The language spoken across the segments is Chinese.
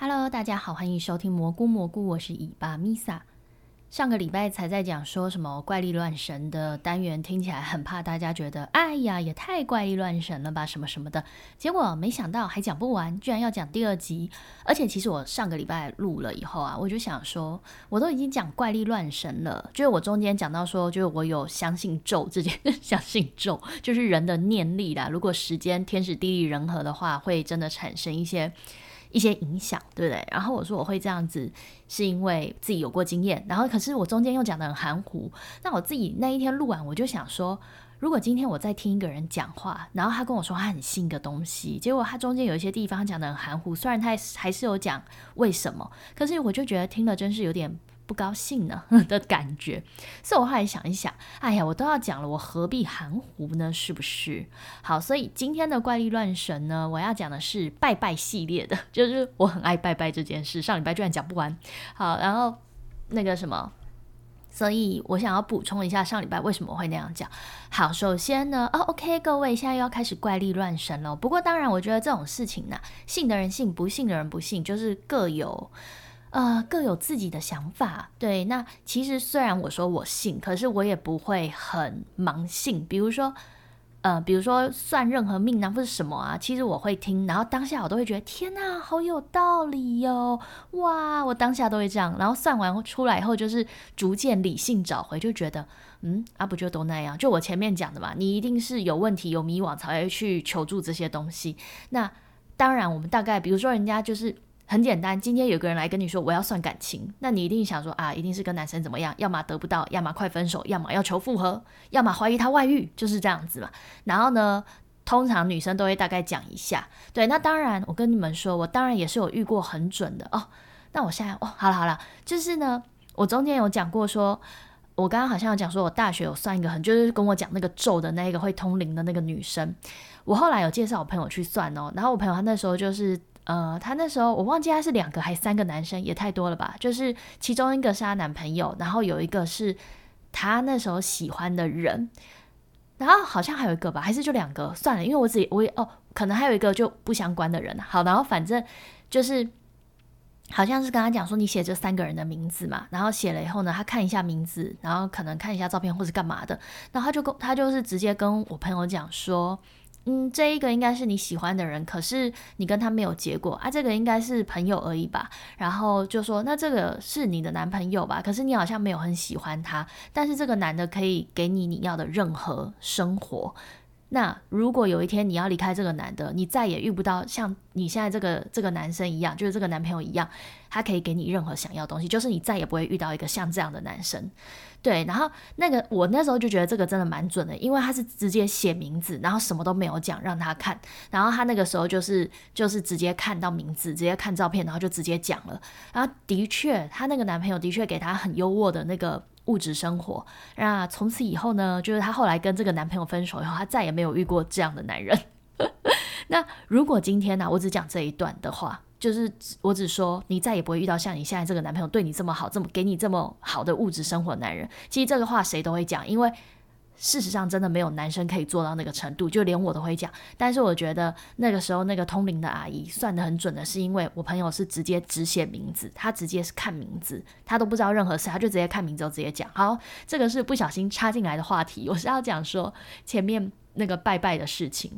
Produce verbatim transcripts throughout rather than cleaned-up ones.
Hello，大家好，欢迎收听蘑菇蘑菇，我是尾巴 Misa。上个礼拜才在讲说什么怪力乱神的单元，听起来很怕大家觉得哎呀也太怪力乱神了吧什么什么的，结果没想到还讲不完，居然要讲第二集。而且其实我上个礼拜录了以后啊，我就想说我都已经讲怪力乱神了，就是我中间讲到说就是我有相信咒这件相信咒就是人的念力啦，如果时间天时地利人和的话，会真的产生一些一些影响，对不对？然后我说我会这样子是因为自己有过经验，然后可是我中间又讲得很含糊，那我自己那一天录完我就想说，如果今天我在听一个人讲话，然后他跟我说他很信一个东西，结果他中间有一些地方讲得很含糊，虽然他还是有讲为什么，可是我就觉得听了真是有点不高兴呢的感觉，所以我后来想一想，哎呀，我都要讲了，我何必含糊呢？是不是？好，所以今天的怪力乱神呢，我要讲的是拜拜系列的，就是我很爱拜拜这件事，上礼拜居然讲不完。好，然后那个什么。所以我想要补充一下上礼拜为什么会那样讲。好，首先呢，哦 OK， 各位现在又要开始怪力乱神了。不过当然我觉得这种事情呢，信的人信，不信的人不信，就是各有呃，各有自己的想法。对，那其实虽然我说我信，可是我也不会很盲信。比如说呃，比如说算任何命啊或是什么啊，其实我会听，然后当下我都会觉得天哪，好有道理哟，哇，我当下都会这样。然后算完出来以后，就是逐渐理性找回，就觉得嗯啊，不就都那样？就我前面讲的嘛，你一定是有问题有迷惘才会去求助这些东西。那当然我们大概比如说人家就是很简单，今天有个人来跟你说我要算感情，那你一定想说啊，一定是跟男生怎么样，要么得不到，要么快分手，要么要求复合，要么怀疑他外遇，就是这样子嘛。然后呢，通常女生都会大概讲一下。对，那当然我跟你们说，我当然也是有遇过很准的哦。那我现在哦，好了好了，就是呢，我中间有讲过说，我刚刚好像有讲说我大学有算一个很，就是跟我讲那个咒的那个会通灵的那个女生，我后来有介绍我朋友去算哦，然后我朋友他那时候就是呃，他那时候我忘记他是两个还三个男生，也太多了吧，就是其中一个是他男朋友，然后有一个是他那时候喜欢的人，然后好像还有一个吧，还是就两个，算了，因为我自己我也哦，可能还有一个就不相关的人。好，然后反正就是好像是跟他讲说你写这三个人的名字嘛，然后写了以后呢，他看一下名字，然后可能看一下照片或是干嘛的，然后他就跟他就是直接跟我朋友讲说，嗯，这一个应该是你喜欢的人，可是你跟他没有结果啊，这个应该是朋友而已吧。然后就说那这个是你的男朋友吧，可是你好像没有很喜欢他，但是这个男的可以给你你要的任何生活。那如果有一天你要离开这个男的，你再也遇不到像你现在这个这个男生一样，就是这个男朋友一样，他可以给你任何想要的东西，就是你再也不会遇到一个像这样的男生。对，然后那个我那时候就觉得这个真的蛮准的，因为他是直接写名字，然后什么都没有讲让他看，然后他那个时候就是就是直接看到名字，直接看照片，然后就直接讲了。然后的确，他那个男朋友的确给他很优渥的那个物质生活。那从此以后呢，就是她后来跟这个男朋友分手以后，她再也没有遇过这样的男人。那如果今天呢、啊，我只讲这一段的话，就是我只说你再也不会遇到像你现在这个男朋友对你这么好，这么给你这么好的物质生活的男人。其实这个话谁都会讲，因为事实上真的没有男生可以做到那个程度，就连我都会讲。但是我觉得那个时候那个通灵的阿姨算得很准的，是因为我朋友是直接只写名字，他直接是看名字，他都不知道任何事，他就直接看名字就直接讲。好，这个是不小心插进来的话题，我是要讲说前面那个拜拜的事情。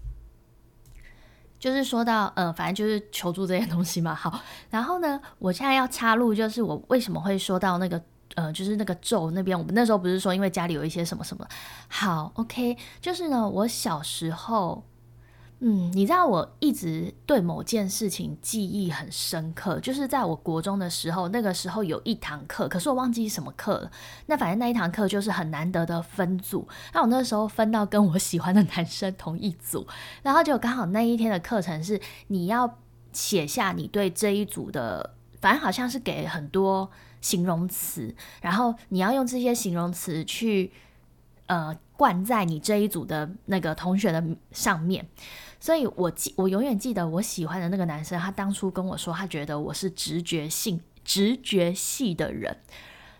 就是说到呃，反正就是求助这些东西嘛。好，然后呢，我现在要插入，就是我为什么会说到那个呃，就是那个咒那边，我们那时候不是说因为家里有一些什么什么。好 OK， 就是呢，我小时候嗯，你知道我一直对某件事情记忆很深刻，就是在我国中的时候，那个时候有一堂课，可是我忘记什么课了。那反正那一堂课就是很难得的分组，那我那时候分到跟我喜欢的男生同一组，然后就刚好那一天的课程是你要写下你对这一组的，反正好像是给很多形容词，然后你要用这些形容词去呃灌在你这一组的那个同学的上面。所以我记我永远记得我喜欢的那个男生，他当初跟我说他觉得我是直觉性直觉系的人，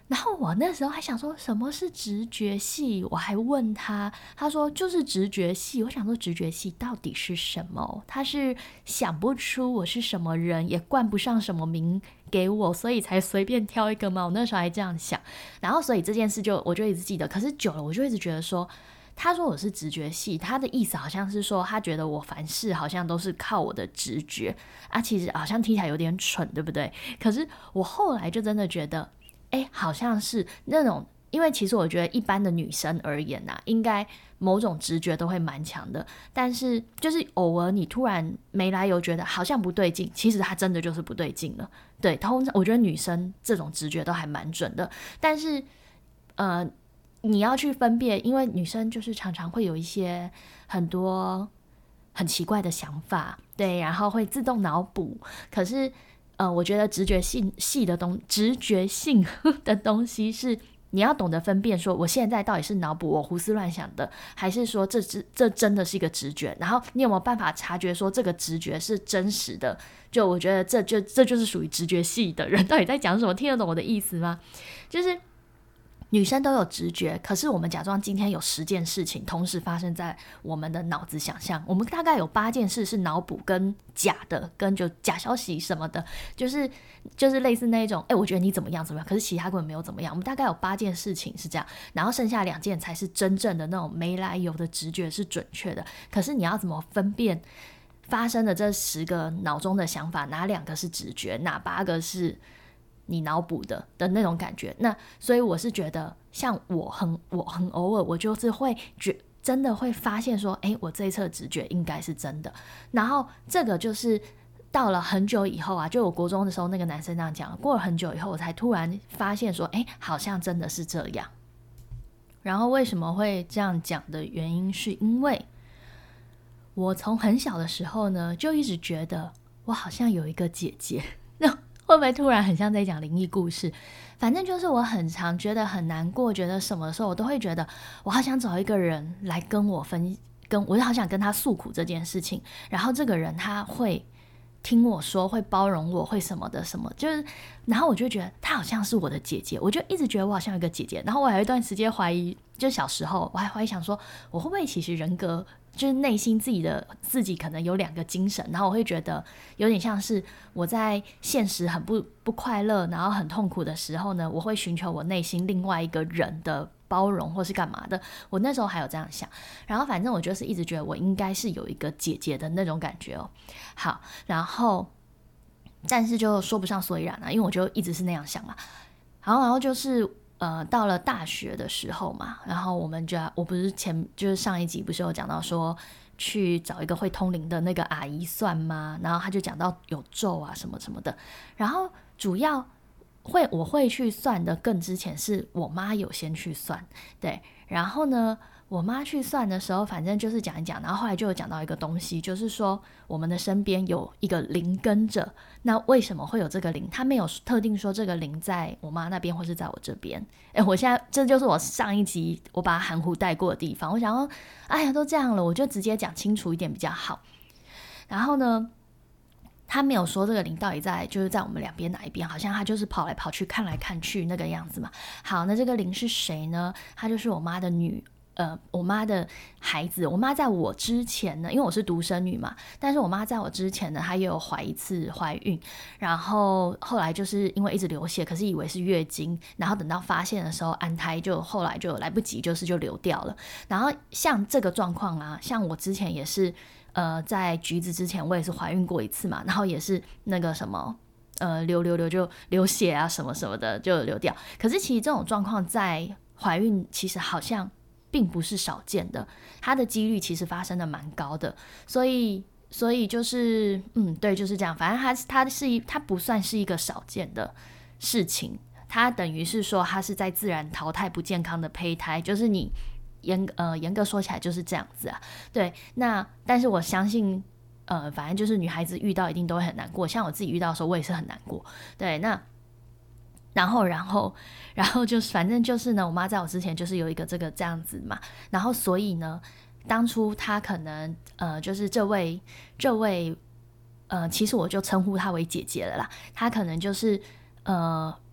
然后我那时候还想说什么是直觉系，我还问他，他说就是直觉系。我想说直觉系到底是什么？他是想不出我是什么人，也冠不上什么名给我，所以才随便挑一个嘛。我那时候还这样想，然后所以这件事就我就一直记得。可是久了我就一直觉得说，他说我是直觉系，他的意思好像是说他觉得我凡事好像都是靠我的直觉啊，其实好像听起来有点蠢，对不对？可是我后来就真的觉得哎，好像是那种，因为其实我觉得一般的女生而言啊，应该某种直觉都会蛮强的，但是就是偶尔你突然没来由觉得好像不对劲，其实它真的就是不对劲了。对，通常我觉得女生这种直觉都还蛮准的，但是呃，你要去分辨，因为女生就是常常会有一些很多很奇怪的想法，对，然后会自动脑补，可是。呃，我觉得直觉性系的东，直觉性的东西是你要懂得分辨，说我现在到底是脑补我胡思乱想的，还是说这这真的是一个直觉？然后你有没有办法察觉说这个直觉是真实的？就我觉得这就这就是属于直觉系的人到底在讲什么？听得懂我的意思吗？就是女生都有直觉，可是我们假装今天有十件事情同时发生在我们的脑子想象，我们大概有八件事是脑补跟假的，跟就假消息什么的，就是就是类似那一种，哎，我觉得你怎么样怎么样，可是其他根本没有怎么样。我们大概有八件事情是这样，然后剩下两件才是真正的那种没来由的直觉是准确的。可是你要怎么分辨发生的这十个脑中的想法，哪两个是直觉，哪八个是你脑补的的那种感觉？那所以我是觉得，像我很我很偶尔，我就是会觉真的会发现说，哎，我这一侧直觉应该是真的。然后这个就是到了很久以后啊，就我国中的时候，那个男生这样讲，过了很久以后，我才突然发现说，哎，好像真的是这样。然后为什么会这样讲的原因，是因为我从很小的时候呢，就一直觉得我好像有一个姐姐。那会不会突然很像在讲灵异故事？反正就是我很常觉得很难过，觉得什么时候我都会觉得我好想找一个人来跟我分，跟我就好想跟他诉苦这件事情，然后这个人他会听我说，会包容我，会什么的什么，就是然后我就觉得她好像是我的姐姐，我就一直觉得我好像有一个姐姐。然后我还有一段时间怀疑，就小时候我还怀疑想说，我会不会其实人格就是内心自己的自己可能有两个精神，然后我会觉得有点像是我在现实很不不快乐，然后很痛苦的时候呢，我会寻求我内心另外一个人的包容或是干嘛的。我那时候还有这样想，然后反正我就是一直觉得我应该是有一个姐姐的那种感觉哦。好，然后但是就说不上所以然啊，因为我就一直是那样想嘛。好，然后就是呃，到了大学的时候嘛，然后我们就要，我不是前就是上一集不是有讲到说去找一个会通灵的那个阿姨算吗？然后他就讲到有咒啊什么什么的，然后主要会我会去算的更之前是我妈有先去算，对，然后呢我妈去算的时候，反正就是讲一讲，然后后来就有讲到一个东西，就是说我们的身边有一个灵跟着。那为什么会有这个灵？他没有特定说这个灵在我妈那边或是在我这边。哎，我现在这就是我上一集我把它含糊带过的地方。我想说，哎呀，都这样了，我就直接讲清楚一点比较好。然后呢，他没有说这个灵到底在就是在我们两边哪一边，好像他就是跑来跑去看来看去那个样子嘛。好，那这个灵是谁呢？他就是我妈的女。呃，我妈的孩子，我妈在我之前呢，因为我是独生女嘛，但是我妈在我之前呢，她也有怀一次怀孕，然后后来就是因为一直流血，可是以为是月经，然后等到发现的时候安胎，就后来就来不及，就是就流掉了。然后像这个状况啊，像我之前也是，呃，在橘子之前我也是怀孕过一次嘛，然后也是那个什么。呃，流流流就流血啊，什么什么的就流掉。可是其实这种状况在怀孕其实好像并不是少见的，它的几率其实发生的蛮高的，所以所以就是嗯，对，就是这样。反正它它是一，它不算是一个少见的事情，它等于是说它是在自然淘汰不健康的胚胎，就是你严呃严格说起来就是这样子啊。对，那但是我相信呃，反正就是女孩子遇到一定都会很难过，像我自己遇到的时候，我也是很难过。对，那。然后，然后，然后就是反正就是呢，我妈在我之前就是有一个这个这样子嘛，然后所以呢，当初她可能呃，就是这位这位呃，其实我就称呼她为姐姐了啦，她可能就是呃。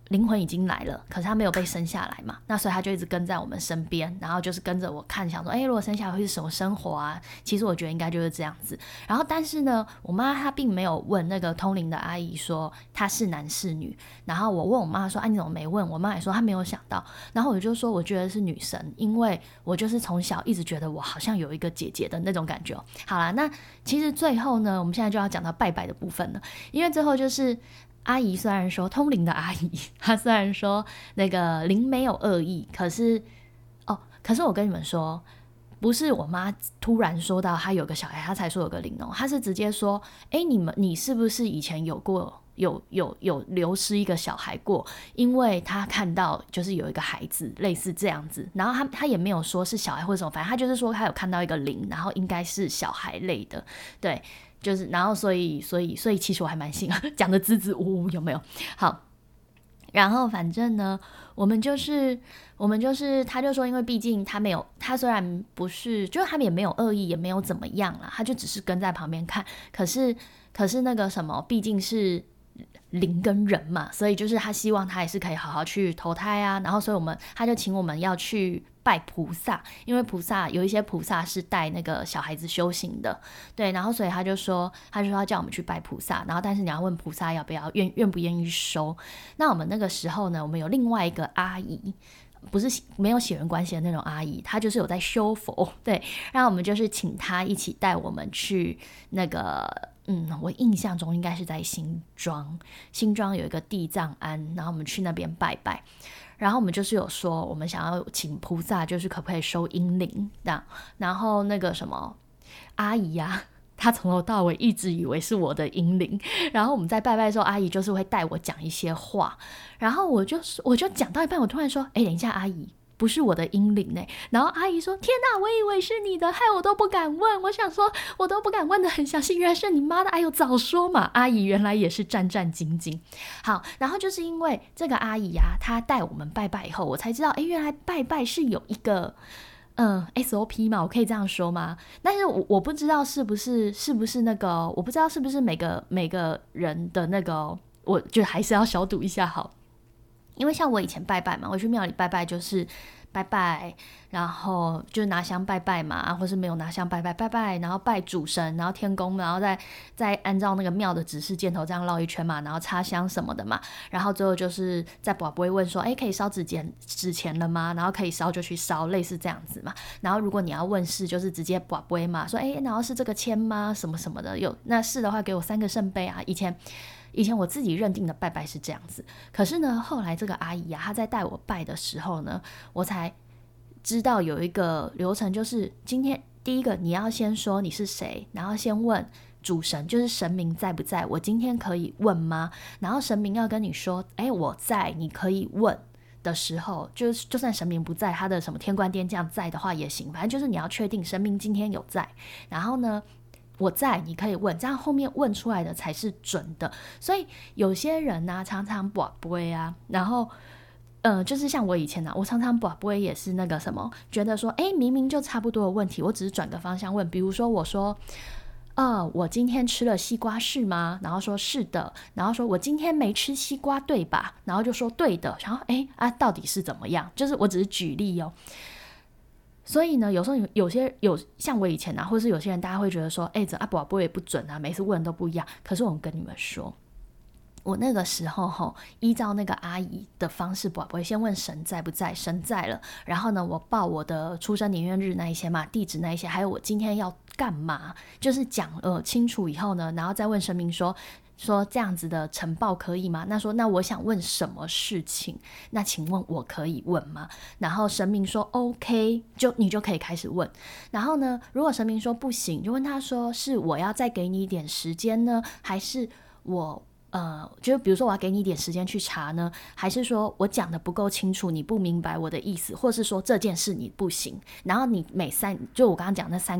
灵魂已经来了，可是他没有被生下来嘛，那所以他就一直跟在我们身边，然后就是跟着我看，想说哎，如果生下来会是什么生活啊，其实我觉得应该就是这样子。然后但是呢，我妈她并没有问那个通灵的阿姨说她是男是女，然后我问我妈说哎、啊、你怎么没问，我妈也说她没有想到，然后我就说我觉得是女神，因为我就是从小一直觉得我好像有一个姐姐的那种感觉。好啦，那其实最后呢，我们现在就要讲到拜拜的部分了，因为最后就是阿姨虽然说通灵的阿姨，她虽然说那个灵没有恶意，可是哦，可是我跟你们说，不是我妈突然说到她有个小孩，她才说有个灵哦，她是直接说，哎，你们你是不是以前有过有有有流失一个小孩过？因为她看到就是有一个孩子类似这样子，然后她她也没有说是小孩或者什么，反正她就是说她有看到一个灵，然后应该是小孩类的，对。就是，然后所以所以所以其实我还蛮信，讲的支支吾吾有没有？好，然后反正呢，我们就是我们就是他就说，因为毕竟他没有，他虽然不是，就是他们也没有恶意，也没有怎么样啦，他就只是跟在旁边看。可是可是那个什么，毕竟是灵跟人嘛，所以就是他希望他也是可以好好去投胎啊。然后所以我们他就请我们要去拜菩萨，因为菩萨有一些菩萨是带那个小孩子修行的，对，然后所以他就说，他就说要叫我们去拜菩萨，然后但是你要问菩萨要不要愿愿不愿意收。那我们那个时候呢，我们有另外一个阿姨，不是没有血缘关系的那种阿姨，她就是有在修佛，对，然后我们就是请她一起带我们去那个。嗯，我印象中应该是在新庄，新庄有一个地藏庵，然后我们去那边拜拜，然后我们就是有说我们想要请菩萨，就是可不可以收阴灵这样，然后那个什么阿姨啊，她从头到尾一直以为是我的阴灵，然后我们在拜拜的时候，阿姨就是会带我讲一些话，然后我就我就讲到一半，我突然说，哎，等一下，阿姨。不是我的阴灵呢，然后阿姨说天哪，我以为是你的，害我都不敢问，我想说我都不敢问的很详细，原来是你妈的，哎呦早说嘛，阿姨原来也是战战兢兢。好，然后就是因为这个阿姨啊，她带我们拜拜以后，我才知道哎，原来拜拜是有一个嗯 S O P 嘛，我可以这样说吗？但是我我不知道是不是是不是那个，我不知道是不是每个每个人的那个，我就还是要小赌一下好。因为像我以前拜拜嘛，我去庙里拜拜就是拜拜，然后就拿香拜拜嘛，或是没有拿香拜拜拜拜，然后拜主神，然后天公，然后再再按照那个庙的指示箭头这样绕一圈嘛，然后插香什么的嘛，然后最后就是在卜卜会问说，哎，可以烧纸钱纸钱了吗？然后可以烧就去烧，类似这样子嘛。然后如果你要问事，就是直接卜卜嘛，说哎，然后是这个签吗？什么什么的，有那是的话给我三个圣杯啊。以前。以前我自己认定的拜拜是这样子，可是呢，后来这个阿姨啊，她在带我拜的时候呢，我才知道有一个流程，就是今天第一个你要先说你是谁，然后先问主神，就是神明在不在，我今天可以问吗？然后神明要跟你说，哎，我在，你可以问的时候，就就算神明不在，他的什么天官天将在的话也行，反正就是你要确定神明今天有在，然后呢。我在，你可以问，这样后面问出来的才是准的。所以有些人啊，常常卜卜啊，然后，呃，就是像我以前啊，我常常卜卜也是那个什么，觉得说，哎，明明就差不多的问题，我只是转个方向问。比如说，我说，呃，我今天吃了西瓜是吗？然后说是的，然后说我今天没吃西瓜对吧？然后就说对的，然后哎啊，到底是怎么样？就是我只是举例哦。所以呢，有时候有些有像我以前啊，或者是有些人，大家会觉得说，哎、欸，这阿卜卜也不准啊，每次问都不一样。可是我跟你们说，我那个时候吼，依照那个阿姨的方式卜卜，先问神在不在，神在了，然后呢，我报我的出生年月日那一些嘛，地址那一些，还有我今天要干嘛，就是讲呃清楚以后呢，然后再问神明说。说这样子的呈报可以吗？那说那我想问什么事情？那请问我可以问吗？然后神明说 OK， 就你就可以开始问。然后呢，如果神明说不行，就问他说是我要再给你一点时间呢，还是我呃，就比如说我要给你一点时间去查呢，还是说我讲的不够清楚，你不明白我的意思，或是说这件事你不行，然后你每三就我刚刚讲那三个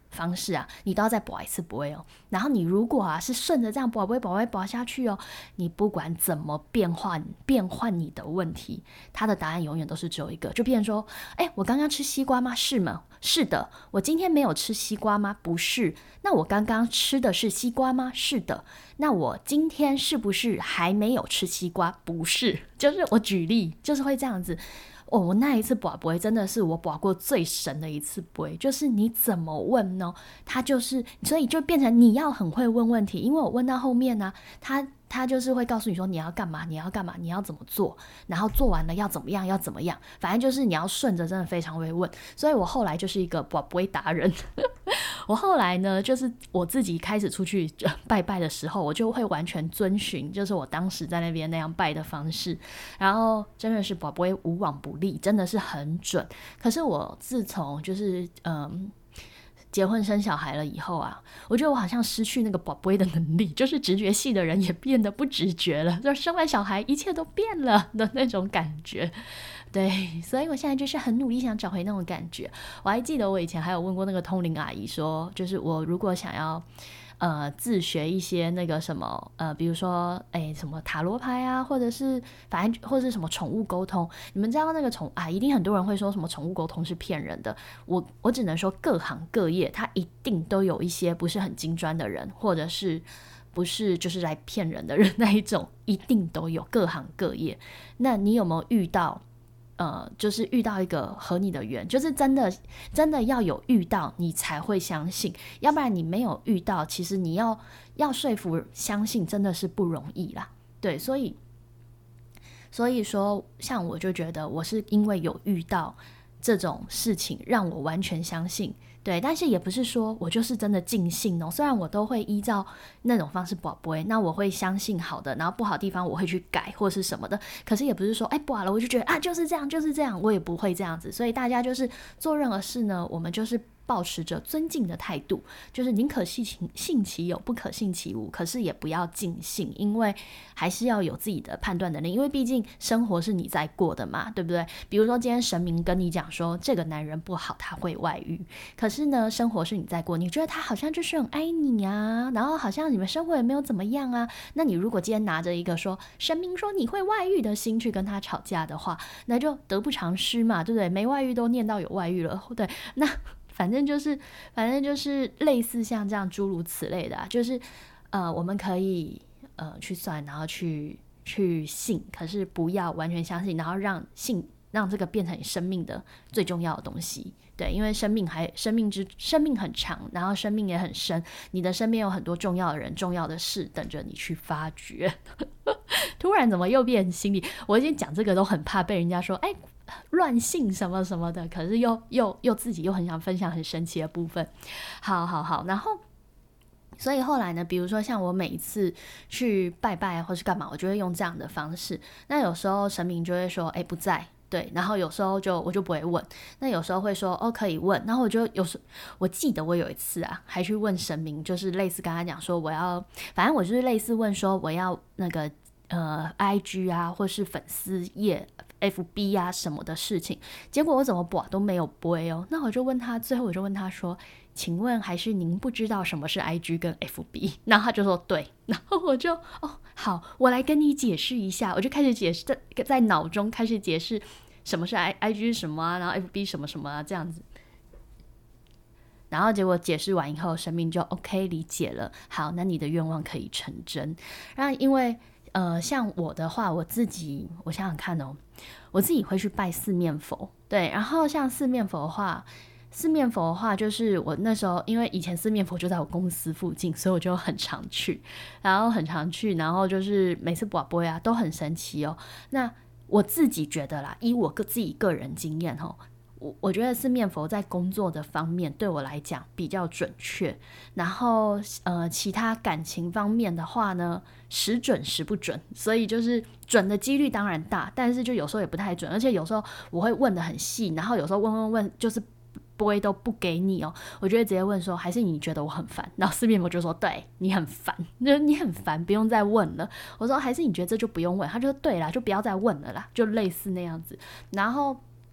方式啊，你都要再拔一次杯哦。然后你如果啊是顺着这样拔杯拔杯拔下去哦，你不管怎么变换变换你的问题，它的答案永远都是只有一个。就变成说，哎，我刚刚吃西瓜吗？是吗？是的。我今天没有吃西瓜吗？不是。那我刚刚吃的是西瓜吗？是的。那我今天是不是还没有吃西瓜？不是。就是我举例，就是会这样子。哦，我那一次拔杯真的是我拔过最神的一次杯，就是你怎么问呢？他就是，所以就变成你要很会问问题，因为我问到后面呢、啊，他他就是会告诉你说你要干嘛，你要干嘛，你要怎么做，然后做完了要怎么样，要怎么样，反正就是你要顺着，真的非常会问。所以我后来就是一个拔杯达人。我后来呢，就是我自己开始出去拜拜的时候，我就会完全遵循，就是我当时在那边那样拜的方式，然后真的是拔杯无往不利，真的是很准。可是我自从就是嗯结婚生小孩了以后啊，我觉得我好像失去那个拔杯的能力，就是直觉系的人也变得不直觉了，就生完小孩一切都变了的那种感觉。对，所以我现在就是很努力想找回那种感觉。我还记得我以前还有问过那个通灵阿姨说，就是我如果想要呃自学一些那个什么呃，比如说哎什么塔罗牌啊，或者是反正或者是什么宠物沟通，你们知道那个宠啊，一定很多人会说什么宠物沟通是骗人的。我我只能说各行各业，它一定都有一些不是很精专的人，或者是不是就是来骗人的人那一种，一定都有，各行各业。那你有没有遇到？呃，就是遇到一个合你的缘，就是真的真的要有遇到你才会相信，要不然你没有遇到，其实你要要说服相信真的是不容易啦。对，所以所以说像我就觉得我是因为有遇到这种事情让我完全相信。对，但是也不是说我就是真的尽信哦，虽然我都会依照那种方式拔杯，那我会相信好的，然后不好的地方我会去改或是什么的，可是也不是说哎拔了我就觉得啊就是这样就是这样，我也不会这样子。所以大家就是做任何事呢，我们就是抱持着尊敬的态度，就是宁可信其信其有，不可信其无，可是也不要尽信，因为还是要有自己的判断能力，因为毕竟生活是你在过的嘛，对不对？比如说今天神明跟你讲说这个男人不好，他会外遇，可是呢生活是你在过，你觉得他好像就是很爱你啊，然后好像你们生活也没有怎么样啊，那你如果今天拿着一个说神明说你会外遇的心去跟他吵架的话，那就得不偿失嘛，对不对？没外遇都念到有外遇了，对，那反正就是反正就是类似像这样诸如此类的啊，就是呃我们可以呃去算，然后去去信，可是不要完全相信，然后让信让这个变成你生命的最重要的东西。对，因为生命还生命之生命很长，然后生命也很深，你的身边有很多重要的人重要的事等着你去发掘。突然怎么又变心理，我已经讲这个都很怕被人家说哎乱信什么什么的，可是又又又自己又很想分享很神奇的部分。好好好，然后所以后来呢，比如说像我每一次去拜拜或是干嘛，我就会用这样的方式。那有时候神明就会说哎不在，对，然后有时候就我就不会问，那有时候会说哦可以问，然后我就有时我记得我有一次啊还去问神明，就是类似跟他讲说我要，反正我就是类似问说我要那个呃 I G 啊或是粉丝页F B 啊什么的事情，结果我怎么播都没有播哦。那我就问他，最后我就问他说请问还是您不知道什么是 I G 跟 F B？ 然后他就说对，然后我就哦好，我来跟你解释一下，我就开始解释，在在脑中开始解释什么是 I IG 是什么啊，然后 F B 什么什么啊这样子。然后结果解释完以后，神明就 OK 理解了，好，那你的愿望可以成真。然后因为呃，像我的话，我自己我想想看哦，我自己会去拜四面佛，对，然后像四面佛的话，四面佛的话，就是我那时候因为以前四面佛就在我公司附近，所以我就很常去，然后很常去，然后就是每次拔杯啊都很神奇哦。那我自己觉得啦，以我个自己个人经验哦，我我觉得四面佛在工作的方面对我来讲比较准确，然后呃其他感情方面的话呢，时准时不准，所以就是准的几率当然大，但是就有时候也不太准，而且有时候我会问得很细，然后有时候问问问就是不会都不给你哦，我就会直接问说还是你觉得我很烦，然后四面佛就说对你很烦，就是你很烦不用再问了，我说还是你觉得这就不用问，他就说对啦就不要再问了啦，就类似那样子。然后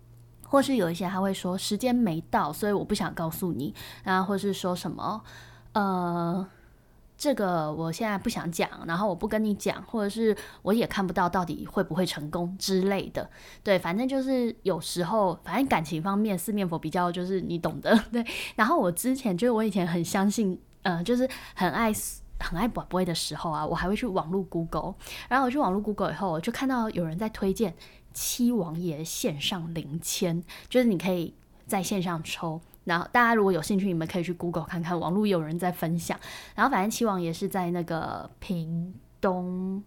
或是有一些他会说时间没到，所以我不想告诉你，然后或是说什么呃。这个我现在不想讲，然后我不跟你讲，或者是我也看不到到底会不会成功之类的。对，反正就是有时候，反正感情方面四面佛比较就是你懂的。对，然后我之前就是我以前很相信，呃，就是很爱很爱宝贝的时候啊，我还会去网络 Google， 然后我去网络 Google 以后，我就看到有人在推荐七王爷线上零签，就是你可以在线上抽。然后大家如果有兴趣，你们可以去 Google 看看，网络有人在分享。然后反正七王爷是在那个屏东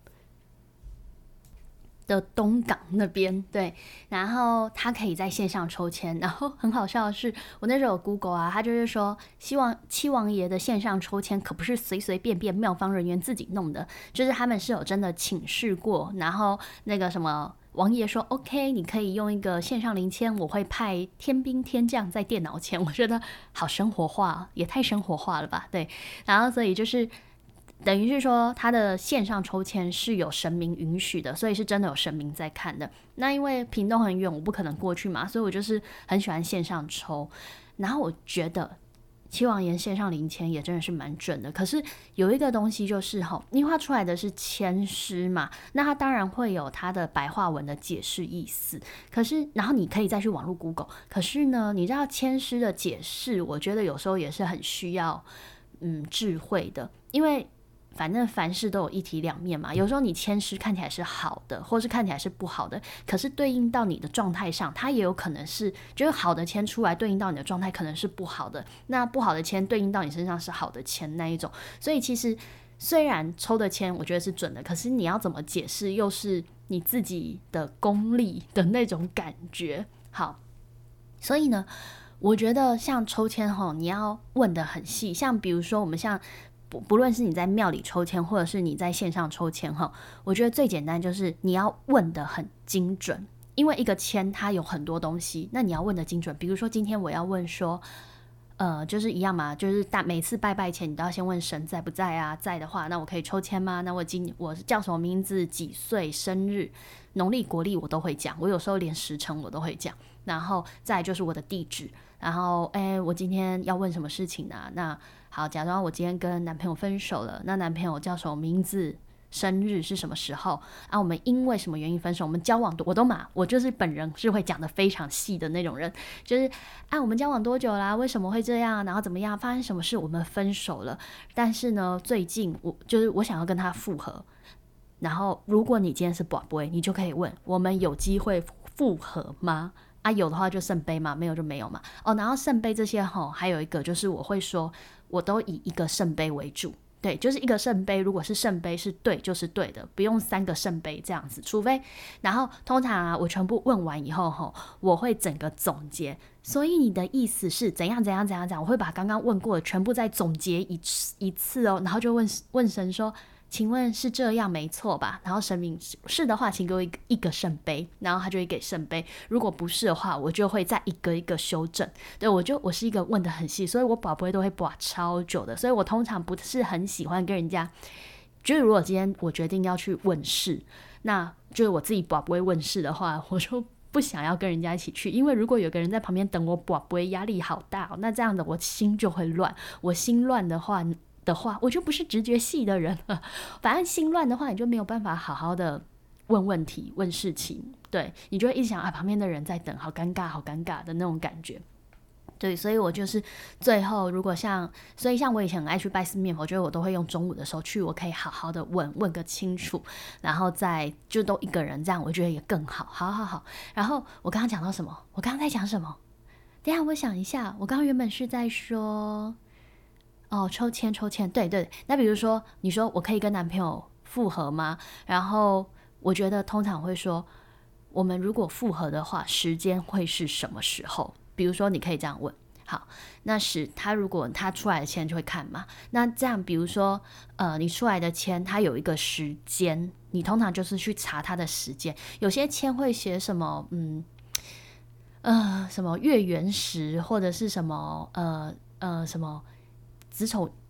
的东港那边，对，然后他可以在线上抽签。然后很好笑的是，我那时候有 Google 啊，他就是说，希望七王爷的线上抽签可不是随随便便庙方人员自己弄的，就是他们是有真的请示过，然后那个什么。王爷说 OK 你可以用一个线上零签，我会派天兵天将在电脑前。我觉得好生活化，也太生活化了吧。对，然后所以就是等于是说他的线上抽签是有神明允许的，所以是真的有神明在看的。那因为屏东很远，我不可能过去嘛，所以我就是很喜欢线上抽。然后我觉得七王爷线上零签也真的是蛮准的，可是有一个东西就是齁，因为它出来的是签诗嘛，那它当然会有它的白话文的解释意思，可是然后你可以再去网络 Google， 可是呢，你知道签诗的解释，我觉得有时候也是很需要嗯智慧的，因为反正凡事都有一体两面嘛，有时候你签诗看起来是好的，或是看起来是不好的，可是对应到你的状态上，它也有可能是，就是好的签出来对应到你的状态可能是不好的，那不好的签对应到你身上是好的签那一种，所以其实虽然抽的签我觉得是准的，可是你要怎么解释又是你自己的功力的那种感觉。好，所以呢我觉得像抽签吼，你要问得很细，像比如说我们像不不论是你在庙里抽签，或者是你在线上抽签哈，我觉得最简单就是你要问得很精准，因为一个签它有很多东西，那你要问得精准。比如说今天我要问说，呃，就是一样嘛，就是大每次拜拜前你都要先问神在不在啊，在的话，那我可以抽签吗？那我今我是叫什么名字、几岁、生日、农历、国历我都会讲，我有时候连时辰我都会讲，然后再来就是我的地址，然后哎，我今天要问什么事情啊？那好，假装我今天跟男朋友分手了，那男朋友叫什么名字？生日是什么时候啊？我们因为什么原因分手？我们交往多，我都嘛，我就是本人是会讲得非常细的那种人，就是啊，我们交往多久啦？为什么会这样？然后怎么样？发生什么事？我们分手了，但是呢，最近我就是我想要跟他复合，然后如果你今天是宝贝，你就可以问我们有机会复合吗？啊，有的话就圣杯嘛，没有就没有嘛。哦，然后圣杯这些吼，还有一个就是我会说，我都以一个圣杯为主。对，就是一个圣杯，如果是圣杯是对就是对的，不用三个圣杯这样子，除非然后通常啊，我全部问完以后吼，我会整个总结，所以你的意思是怎样怎样怎样怎样，我会把刚刚问过的全部再总结一次一次哦，然后就问问神说，请问是这样没错吧？然后神明是的话，请给我一个一个圣杯，然后他就会给圣杯。如果不是的话，我就会再一个一个修正。对，我就我是一个问得很细，所以我宝贝都会拔超久的，所以我通常不是很喜欢跟人家，就是如果今天我决定要去问事，那就是我自己宝贝问事的话，我就不想要跟人家一起去，因为如果有个人在旁边等我宝贝，压力好大哦，那这样的我心就会乱，我心乱的话。的话我就不是直觉系的人了，反正心乱的话你就没有办法好好的问问题问事情，对，你就会一直想啊旁边的人在等，好尴尬好尴尬的那种感觉。对，所以我就是最后如果像所以像我以前很爱去拜四面佛，我觉得我都会用中午的时候去，我可以好好的问问个清楚，然后再就都一个人这样，我觉得也更好。好好好，然后我刚刚讲到什么？我刚刚在讲什么？等一下我想一下，我刚刚原本是在说哦，抽签抽签，对对。那比如说，你说我可以跟男朋友复合吗？然后我觉得通常会说，我们如果复合的话，时间会是什么时候？比如说，你可以这样问。好，那是他如果他出来的签就会看嘛。那这样，比如说，呃，你出来的签它有一个时间，你通常就是去查它的时间。有些签会写什么，嗯，呃，什么月圆时，或者是什么，呃呃，什么。子丑，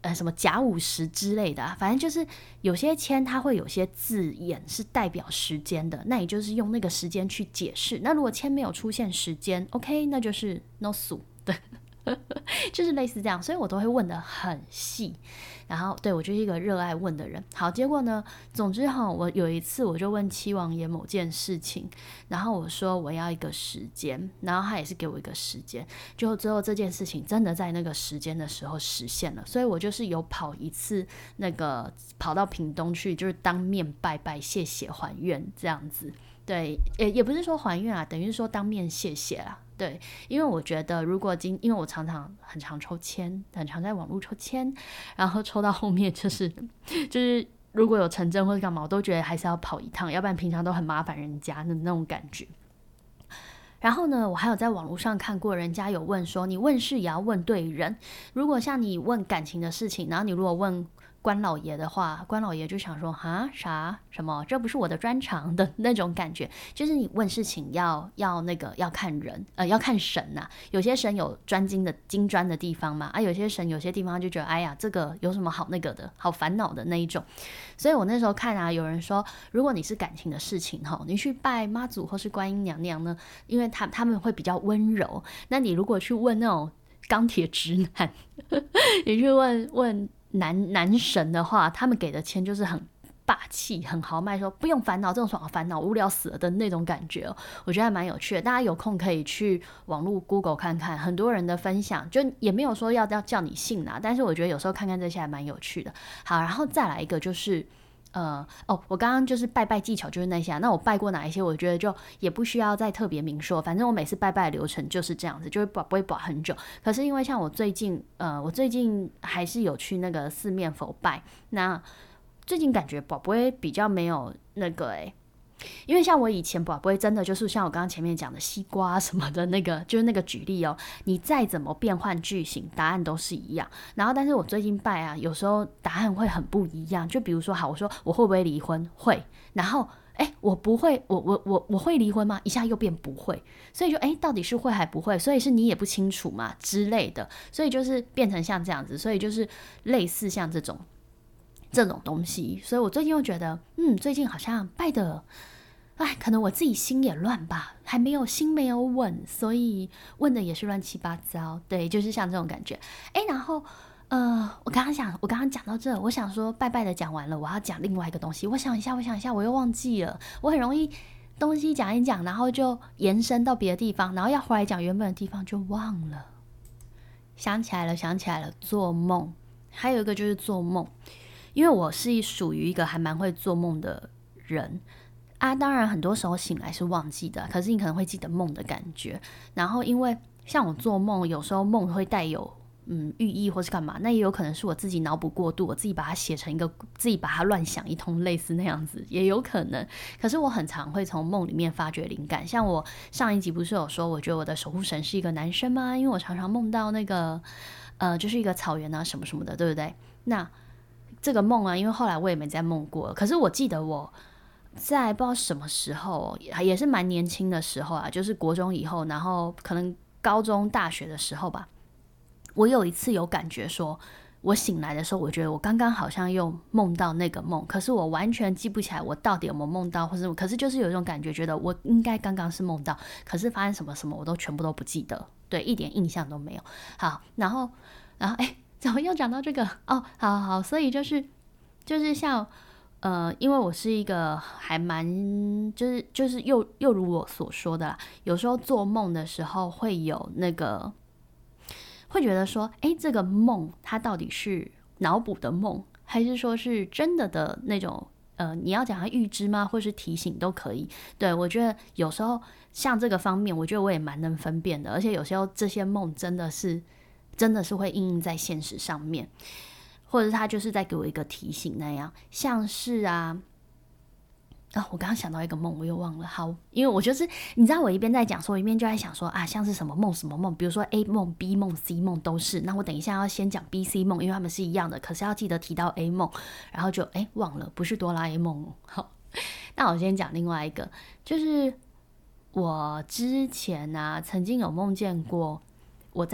呃什么甲午时之类的啊，反正就是有些签它会有些字眼是代表时间的，那你就是用那个时间去解释。那如果签没有出现时间 OK 那就是 no 数，对就是类似这样，所以我都会问得很细。然后对，我就是一个热爱问的人。好，结果呢，总之哈，我有一次我就问七王爷某件事情，然后我说我要一个时间，然后他也是给我一个时间，就最后这件事情真的在那个时间的时候实现了，所以我就是有跑一次那个跑到屏东去，就是当面拜拜谢谢还愿这样子。对，也也不是说还愿啊，等于是说当面谢谢啦。对，因为我觉得如果今因为我常常很常抽签，很常在网络抽签，然后抽到后面就是就是如果有成真或者干嘛，我都觉得还是要跑一趟，要不然平常都很麻烦人家的那种感觉。然后呢，我还有在网络上看过人家有问说，你问事也要问对人。如果像你问感情的事情，然后你如果问关老爷的话，关老爷就想说哈啥什么，这不是我的专长的那种感觉。就是你问事情要要那个要看人，呃，要看神呐、啊。有些神有专精的精专的地方嘛，啊，有些神有些地方就觉得，哎呀，这个有什么好那个的，好烦恼的那一种。所以我那时候看啊，有人说，如果你是感情的事情哈，你去拜妈祖或是观音娘娘呢，因为他他们会比较温柔。那你如果去问那种钢铁直男，你去问问。男男神的话，他们给的签就是很霸气很豪迈，说不用烦恼，这种什么烦恼无聊死了的那种感觉、哦、我觉得还蛮有趣的。大家有空可以去网络 Google 看看，很多人的分享，就也没有说要要叫你信啦，但是我觉得有时候看看这些还蛮有趣的。好，然后再来一个就是呃哦，我刚刚就是拜拜技巧就是那些、啊，那我拜过哪一些，我觉得就也不需要再特别明说，反正我每次拜拜的流程就是这样子，就会不会保很久。可是因为像我最近呃，我最近还是有去那个四面佛拜，那最近感觉宝不会比较没有那个诶、欸因为像我以前宝贝真的就是像我刚刚前面讲的西瓜什么的那个，就是那个举例哦，你再怎么变换句型，答案都是一样。然后，但是我最近拜啊，有时候答案会很不一样。就比如说，好，我说我会不会离婚？会。然后，哎，我不会，我我我我会离婚吗？一下又变不会。所以就哎，到底是会还不会？所以是你也不清楚嘛之类的。所以就是变成像这样子，所以就是类似像这种。这种东西，所以我最近又觉得，嗯，最近好像拜的，哎，可能我自己心也乱吧，还没有心没有稳，所以问的也是乱七八糟，对，就是像这种感觉。哎，然后，呃，我刚刚想，我刚刚讲到这，我想说拜拜的讲完了，我要讲另外一个东西，我想一下，我想一下，我又忘记了，我很容易东西讲一讲，然后就延伸到别的地方，然后要回来讲原本的地方就忘了。想起来了，想起来了，做梦，还有一个就是做梦。因为我是属于一个还蛮会做梦的人啊，当然很多时候醒来是忘记的，可是你可能会记得梦的感觉。然后因为像我做梦，有时候梦会带有嗯寓意或是干嘛，那也有可能是我自己脑补过度，我自己把它写成一个，自己把它乱想一通，类似那样子也有可能。可是我很常会从梦里面发掘灵感，像我上一集不是有说，我觉得我的守护神是一个男生吗？因为我常常梦到那个呃，就是一个草原啊什么什么的，对不对？那这个梦啊，因为后来我也没再梦过，可是我记得我在不知道什么时候，也是蛮年轻的时候啊，就是国中以后，然后可能高中大学的时候吧，我有一次有感觉说，我醒来的时候，我觉得我刚刚好像又梦到那个梦，可是我完全记不起来我到底有没有梦到，或是可是就是有一种感觉，觉得我应该刚刚是梦到，可是发生什么什么我都全部都不记得，对，一点印象都没有。好，然后然后哎。怎么又讲到这个哦？好好好，所以就是就是像呃，因为我是一个还蛮就是就是又又如我所说的啦，有时候做梦的时候会有那个会觉得说，哎，这个梦它到底是脑补的梦，还是说是真的的那种？呃，你要讲它预知吗，或是提醒都可以。对，我觉得有时候像这个方面，我觉得我也蛮能分辨的，而且有时候这些梦真的是。真的是会印印在现实上面，或者他就是在给我一个提醒那样，像是啊，啊、哦，我刚刚想到一个梦，我又忘了。好，因为我就是你知道，我一边在讲说，我一边就在想说啊，像是什么梦什么梦，比如说 A 梦、B 梦、C 梦都是。那我等一下要先讲 B、C 梦，因为他们是一样的，可是要记得提到 A 梦，然后就哎忘了，不是哆啦 A 梦哦。好，那我先讲另外一个，就是我之前啊曾经有梦见过。我在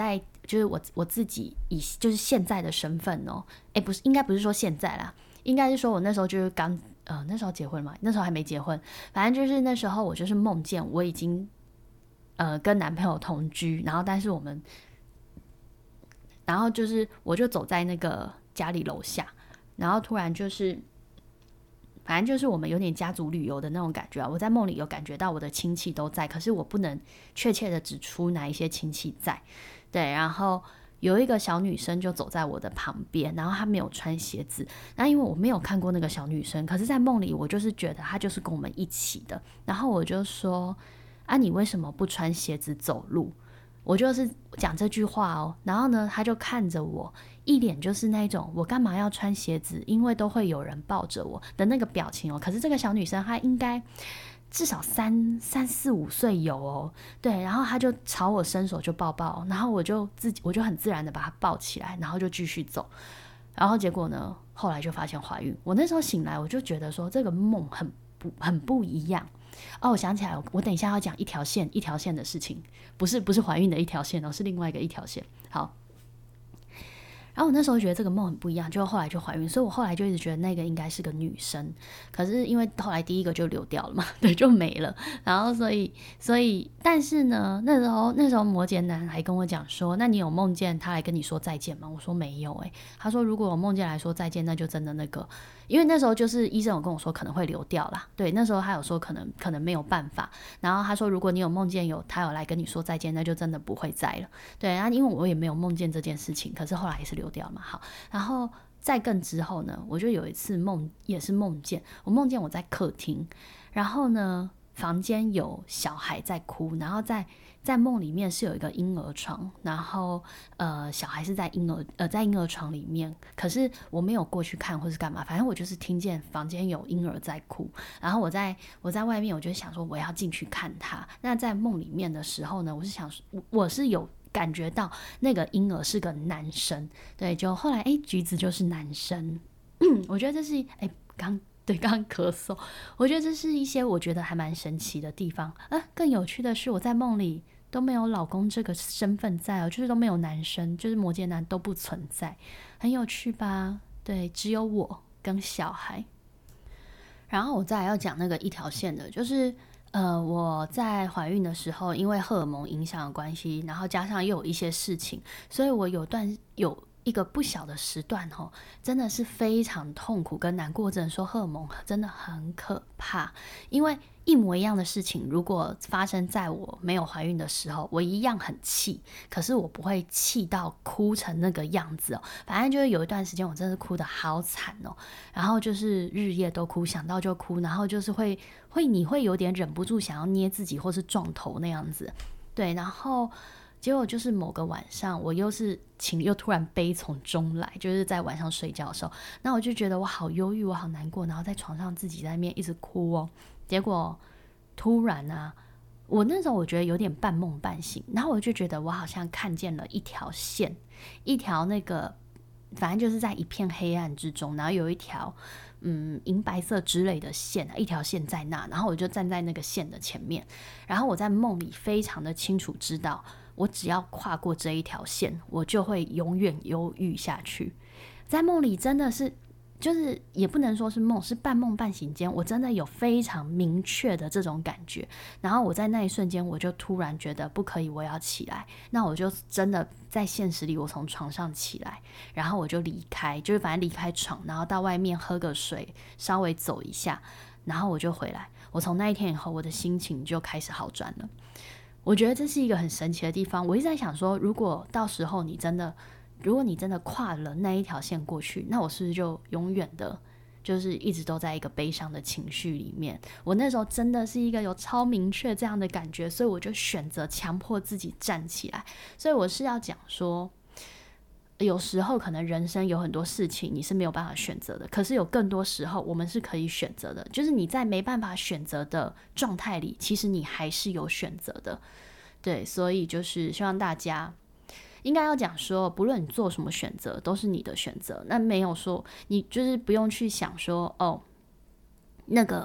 就是我我自己以就是现在的身份哦，哎，不是，应该不是说现在啦，应该是说我那时候就是刚呃那时候结婚嘛，那时候还没结婚，反正就是那时候我就是梦见我已经呃跟男朋友同居，然后但是我们，然后就是我就走在那个家里楼下，然后突然就是。反正就是我们有点家族旅游的那种感觉啊！我在梦里有感觉到我的亲戚都在，可是我不能确切的指出哪一些亲戚在。对，然后有一个小女生就走在我的旁边，然后她没有穿鞋子。那因为我没有看过那个小女生，可是在梦里我就是觉得她就是跟我们一起的。然后我就说：“啊，你为什么不穿鞋子走路？”我就是讲这句话哦，然后呢，他就看着我，一脸就是那种我干嘛要穿鞋子，因为都会有人抱着我的那个表情哦。可是这个小女生她应该至少三三四五岁有哦，对，然后她就朝我伸手就抱抱，然后我就自己我就很自然的把她抱起来，然后就继续走，然后结果呢，后来就发现怀孕。我那时候醒来，我就觉得说这个梦很不很不一样。哦，我想起来，我等一下要讲一条线一条线的事情，不是不是怀孕的一条线哦，是另外一个一条线。好，然后我那时候觉得这个梦很不一样，就后来就怀孕，所以我后来就一直觉得那个应该是个女生，可是因为后来第一个就流掉了嘛，对，就没了。然后所以所以，但是呢，那时候那时候摩羯男还跟我讲说，那你有梦见他来跟你说再见吗？我说没有诶、欸，他说如果我梦见来说再见，那就真的那个。因为那时候就是医生有跟我说可能会流掉啦，对，那时候他有说可能可能没有办法，然后他说如果你有梦见有他有来跟你说再见，那就真的不会在了，对，然后因为我也没有梦见这件事情，可是后来也是流掉了嘛，好，然后再更之后呢，我就有一次梦也是梦见，我梦见我在客厅，然后呢房间有小孩在哭，然后在在梦里面是有一个婴儿床，然后呃小孩是在婴儿呃在婴儿床里面，可是我没有过去看或是干嘛，反正我就是听见房间有婴儿在哭，然后我在我在外面，我就想说我要进去看他。那在梦里面的时候呢，我是想我是有感觉到那个婴儿是个男生，对，就后来哎橘子就是男生，我觉得这是哎刚。对，刚刚咳嗽，我觉得这是一些我觉得还蛮神奇的地方。啊，更有趣的是，我在梦里都没有老公这个身份在哦，就是都没有男生，就是摩羯男都不存在，很有趣吧？对，只有我跟小孩。然后我再来要讲那个一条线的，就是呃，我在怀孕的时候，因为荷尔蒙影响的关系，然后加上又有一些事情，所以我有段有。一个不小的时段吼，真的是非常痛苦跟难过。只能说荷尔蒙真的很可怕，因为一模一样的事情，如果发生在我没有怀孕的时候，我一样很气，可是我不会气到哭成那个样子哦。反正就是有一段时间，我真的哭得好惨哦，然后就是日夜都哭，想到就哭，然后就是会会你会有点忍不住想要捏自己或是撞头那样子，对，然后。结果就是某个晚上，我又是情又突然悲从中来，就是在晚上睡觉的时候，那我就觉得我好忧郁，我好难过，然后在床上自己在那边一直哭哦。结果突然啊，我那时候我觉得有点半梦半醒，然后我就觉得我好像看见了一条线，一条那个反正就是在一片黑暗之中，然后有一条嗯银白色之类的线，一条线在那，然后我就站在那个线的前面，然后我在梦里非常的清楚知道。我只要跨过这一条线，我就会永远忧郁下去。在梦里真的是，就是也不能说是梦，是半梦半醒间，我真的有非常明确的这种感觉。然后我在那一瞬间，我就突然觉得不可以，我要起来。那我就真的在现实里，我从床上起来，然后我就离开，就是反正离开床，然后到外面喝个水，稍微走一下，然后我就回来。我从那一天以后，我的心情就开始好转了。我觉得这是一个很神奇的地方。我一直在想说，如果到时候你真的，如果你真的跨了那一条线过去，那我是不是就永远的，就是一直都在一个悲伤的情绪里面？我那时候真的是一个有超明确这样的感觉，所以我就选择强迫自己站起来。所以我是要讲说，有时候可能人生有很多事情你是没有办法选择的，可是有更多时候我们是可以选择的，就是你在没办法选择的状态里，其实你还是有选择的。对，所以就是希望大家应该要讲说，不论你做什么选择都是你的选择，那没有说你就是不用去想说哦，那个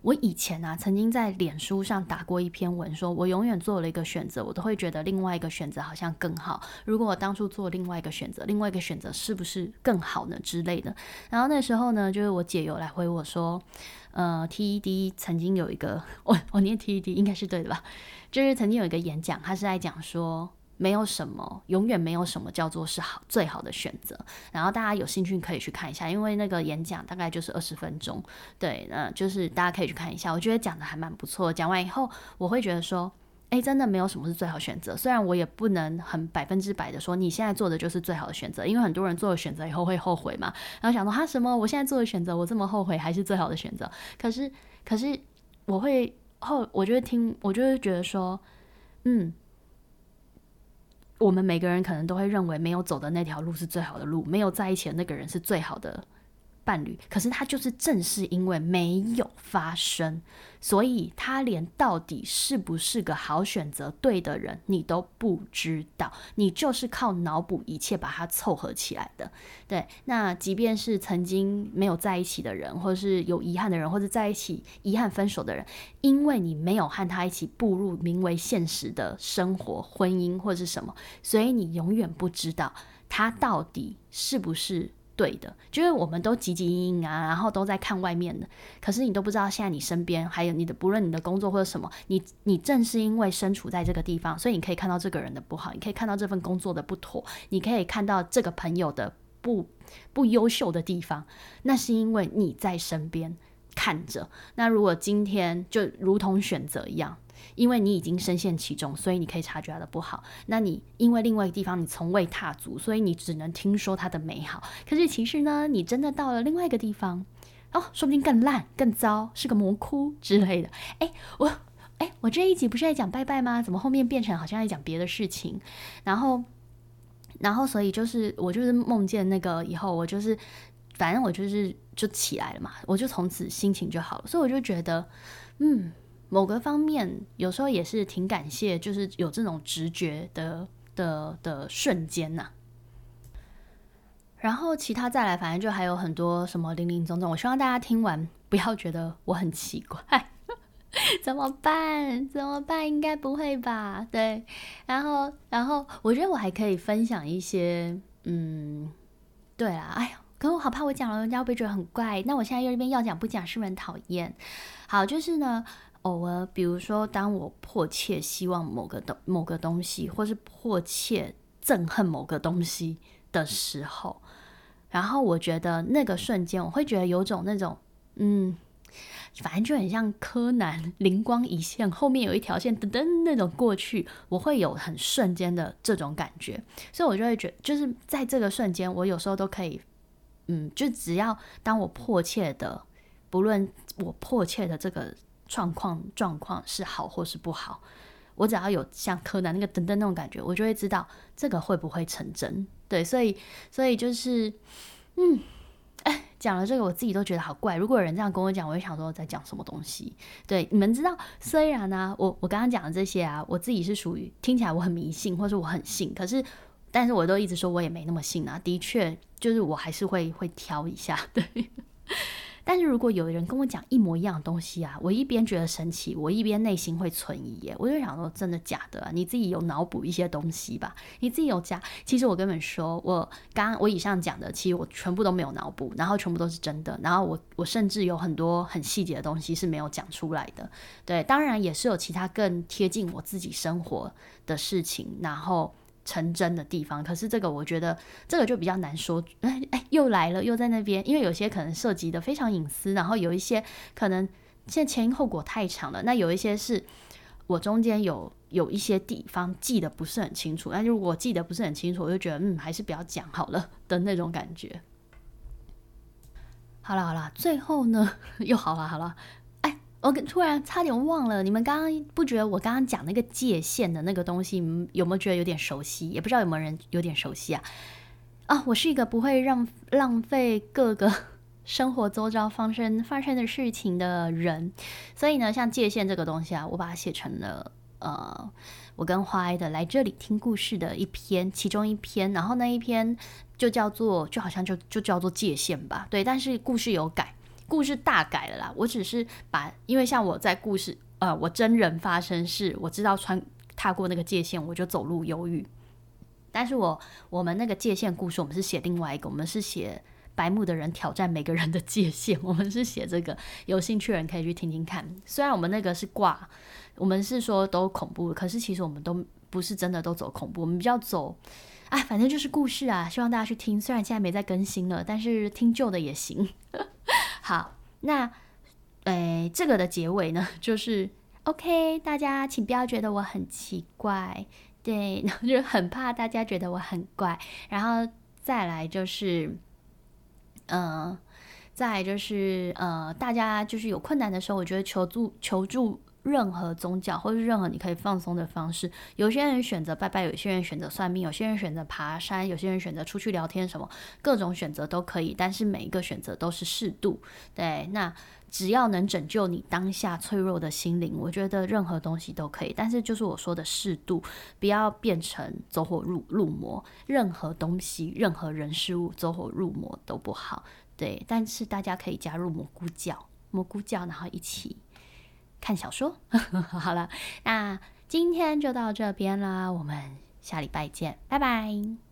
我以前啊，曾经在脸书上打过一篇文说，我永远做了一个选择，我都会觉得另外一个选择好像更好。如果我当初做另外一个选择，另外一个选择是不是更好呢之类的。然后那时候呢，就是我姐有来回我说，呃 T E D 曾经有一个，我我念 T E D 应该是对的吧？就是曾经有一个演讲，他是在讲说，没有什么，永远没有什么叫做是好最好的选择。然后大家有兴趣可以去看一下，因为那个演讲大概就是二十分钟，对，那就是大家可以去看一下。我觉得讲的还蛮不错。讲完以后，我会觉得说，哎，真的没有什么是最好选择。虽然我也不能很百分之百的说你现在做的就是最好的选择，因为很多人做了选择以后会后悔嘛。然后想说，哈什么？我现在做的选择，我这么后悔，还是最好的选择？可是，可是我会后，我就会听，我就会觉得说，嗯。我们每个人可能都会认为没有走的那条路是最好的路，没有在一起的那个人是最好的伴侣，可是他就是正是因为没有发生，所以他连到底是不是个好选择对的人你都不知道，你就是靠脑补一切把它凑合起来的。对，那即便是曾经没有在一起的人，或者是有遗憾的人，或者在一起遗憾分手的人，因为你没有和他一起步入名为现实的生活婚姻或者是什么，所以你永远不知道他到底是不是对的。就是我们都汲汲营营啊，然后都在看外面的，可是你都不知道现在你身边还有你的，不论你的工作或者什么，你你正是因为身处在这个地方，所以你可以看到这个人的不好，你可以看到这份工作的不妥，你可以看到这个朋友的不不优秀的地方，那是因为你在身边看着。那如果今天就如同选择一样，因为你已经深陷其中，所以你可以察觉它的不好，那你因为另外一个地方你从未踏足，所以你只能听说它的美好。可是其实呢，你真的到了另外一个地方，哦，说不定更烂更糟，是个魔窟之类的。哎，我哎，我这一集不是在讲拜拜吗？怎么后面变成好像在讲别的事情？然后然后所以就是我就是梦见那个以后，我就是反正我就是就起来了嘛，我就从此心情就好了。所以我就觉得嗯，某个方面有时候也是挺感谢，就是有这种直觉的的的瞬间呐、啊。然后其他再来，反正就还有很多什么零零总总，我希望大家听完不要觉得我很奇怪。怎么办？怎么办？应该不会吧？对，然后，然后，我觉得我还可以分享一些，嗯，对啦，哎呀，可是我好怕我讲了人家会不会觉得很怪？那我现在又这边要讲不讲，是不是很讨厌？好，就是呢，偶尔，比如说，当我迫切希望某个东某个东西，或是迫切憎恨某个东西的时候，然后我觉得那个瞬间，我会觉得有种那种，嗯。反正就很像柯南灵光一现，后面有一条线噔噔那种过去，我会有很瞬间的这种感觉，所以我就会觉得就是在这个瞬间，我有时候都可以嗯，就只要当我迫切的，不论我迫切的这个状况状况是好或是不好，我只要有像柯南那个噔噔那种感觉，我就会知道这个会不会成真。对，所以所以就是嗯哎，讲了这个我自己都觉得好怪。如果有人这样跟我讲，我会想说在讲什么东西。对，你们知道，虽然呢、啊，我我刚刚讲的这些啊，我自己是属于听起来我很迷信，或者我很信，可是，但是我都一直说我也没那么信啊。的确，就是我还是会会挑一下，对。但是如果有人跟我讲一模一样的东西啊，我一边觉得神奇，我一边内心会存疑耶。我就想说，真的假的啊？你自己有脑补一些东西吧？你自己有加？其实我跟你们说，我刚刚我以上讲的，其实我全部都没有脑补，然后全部都是真的。然后我我甚至有很多很细节的东西是没有讲出来的。对，当然也是有其他更贴近我自己生活的事情，然后成真的地方，可是这个我觉得这个就比较难说。哎哎，又来了，又在那边，因为有些可能涉及的非常隐私，然后有一些可能现在前因后果太长了，那有一些是我中间有有一些地方记得不是很清楚，但如果我记得不是很清楚，我就觉得嗯，还是不要讲好了的那种感觉。好了好了，最后呢又好了好了。我突然差点忘了，你们刚刚不觉得我刚刚讲那个界限的那个东西，你们有没有觉得有点熟悉？也不知道有没有人有点熟悉啊？啊，我是一个不会让浪费各个生活周遭发生发生的事情的人，所以呢，像界限这个东西啊，我把它写成了呃，我跟花爱的来这里听故事的一篇，其中一篇，然后那一篇就叫做就好像就就叫做界限吧，对，但是故事有改。 故事大改了啦，我只是把，因为像我在故事呃，我真人发生是我知道穿踏过那个界限我就走路忧郁，但是我我们那个界限故事我们是写另外一个，我们是写白目的人挑战每个人的界限，我们是写这个，有兴趣的人可以去听听看。虽然我们那个是挂，我们是说都恐怖，可是其实我们都不是真的都走恐怖，我们比较走哎，反正就是故事啊，希望大家去听。虽然现在没在更新了，但是听旧的也行。好，那诶，这个的结尾呢，就是 OK， 大家请不要觉得我很奇怪，对，就很怕大家觉得我很怪。然后再来就是，嗯、呃，再来就是呃，大家就是有困难的时候，我觉得求助求助。任何宗教或是任何你可以放松的方式，有些人选择拜拜，有些人选择算命，有些人选择爬山，有些人选择出去聊天，什么各种选择都可以，但是每一个选择都是适度。对，那只要能拯救你当下脆弱的心灵，我觉得任何东西都可以，但是就是我说的适度，不要变成走火入入魔，任何东西任何人事物走火入魔都不好。对，但是大家可以加入蘑菇教蘑菇教，然后一起看小说。好了，那今天就到这边啦，我们下礼拜见，拜拜。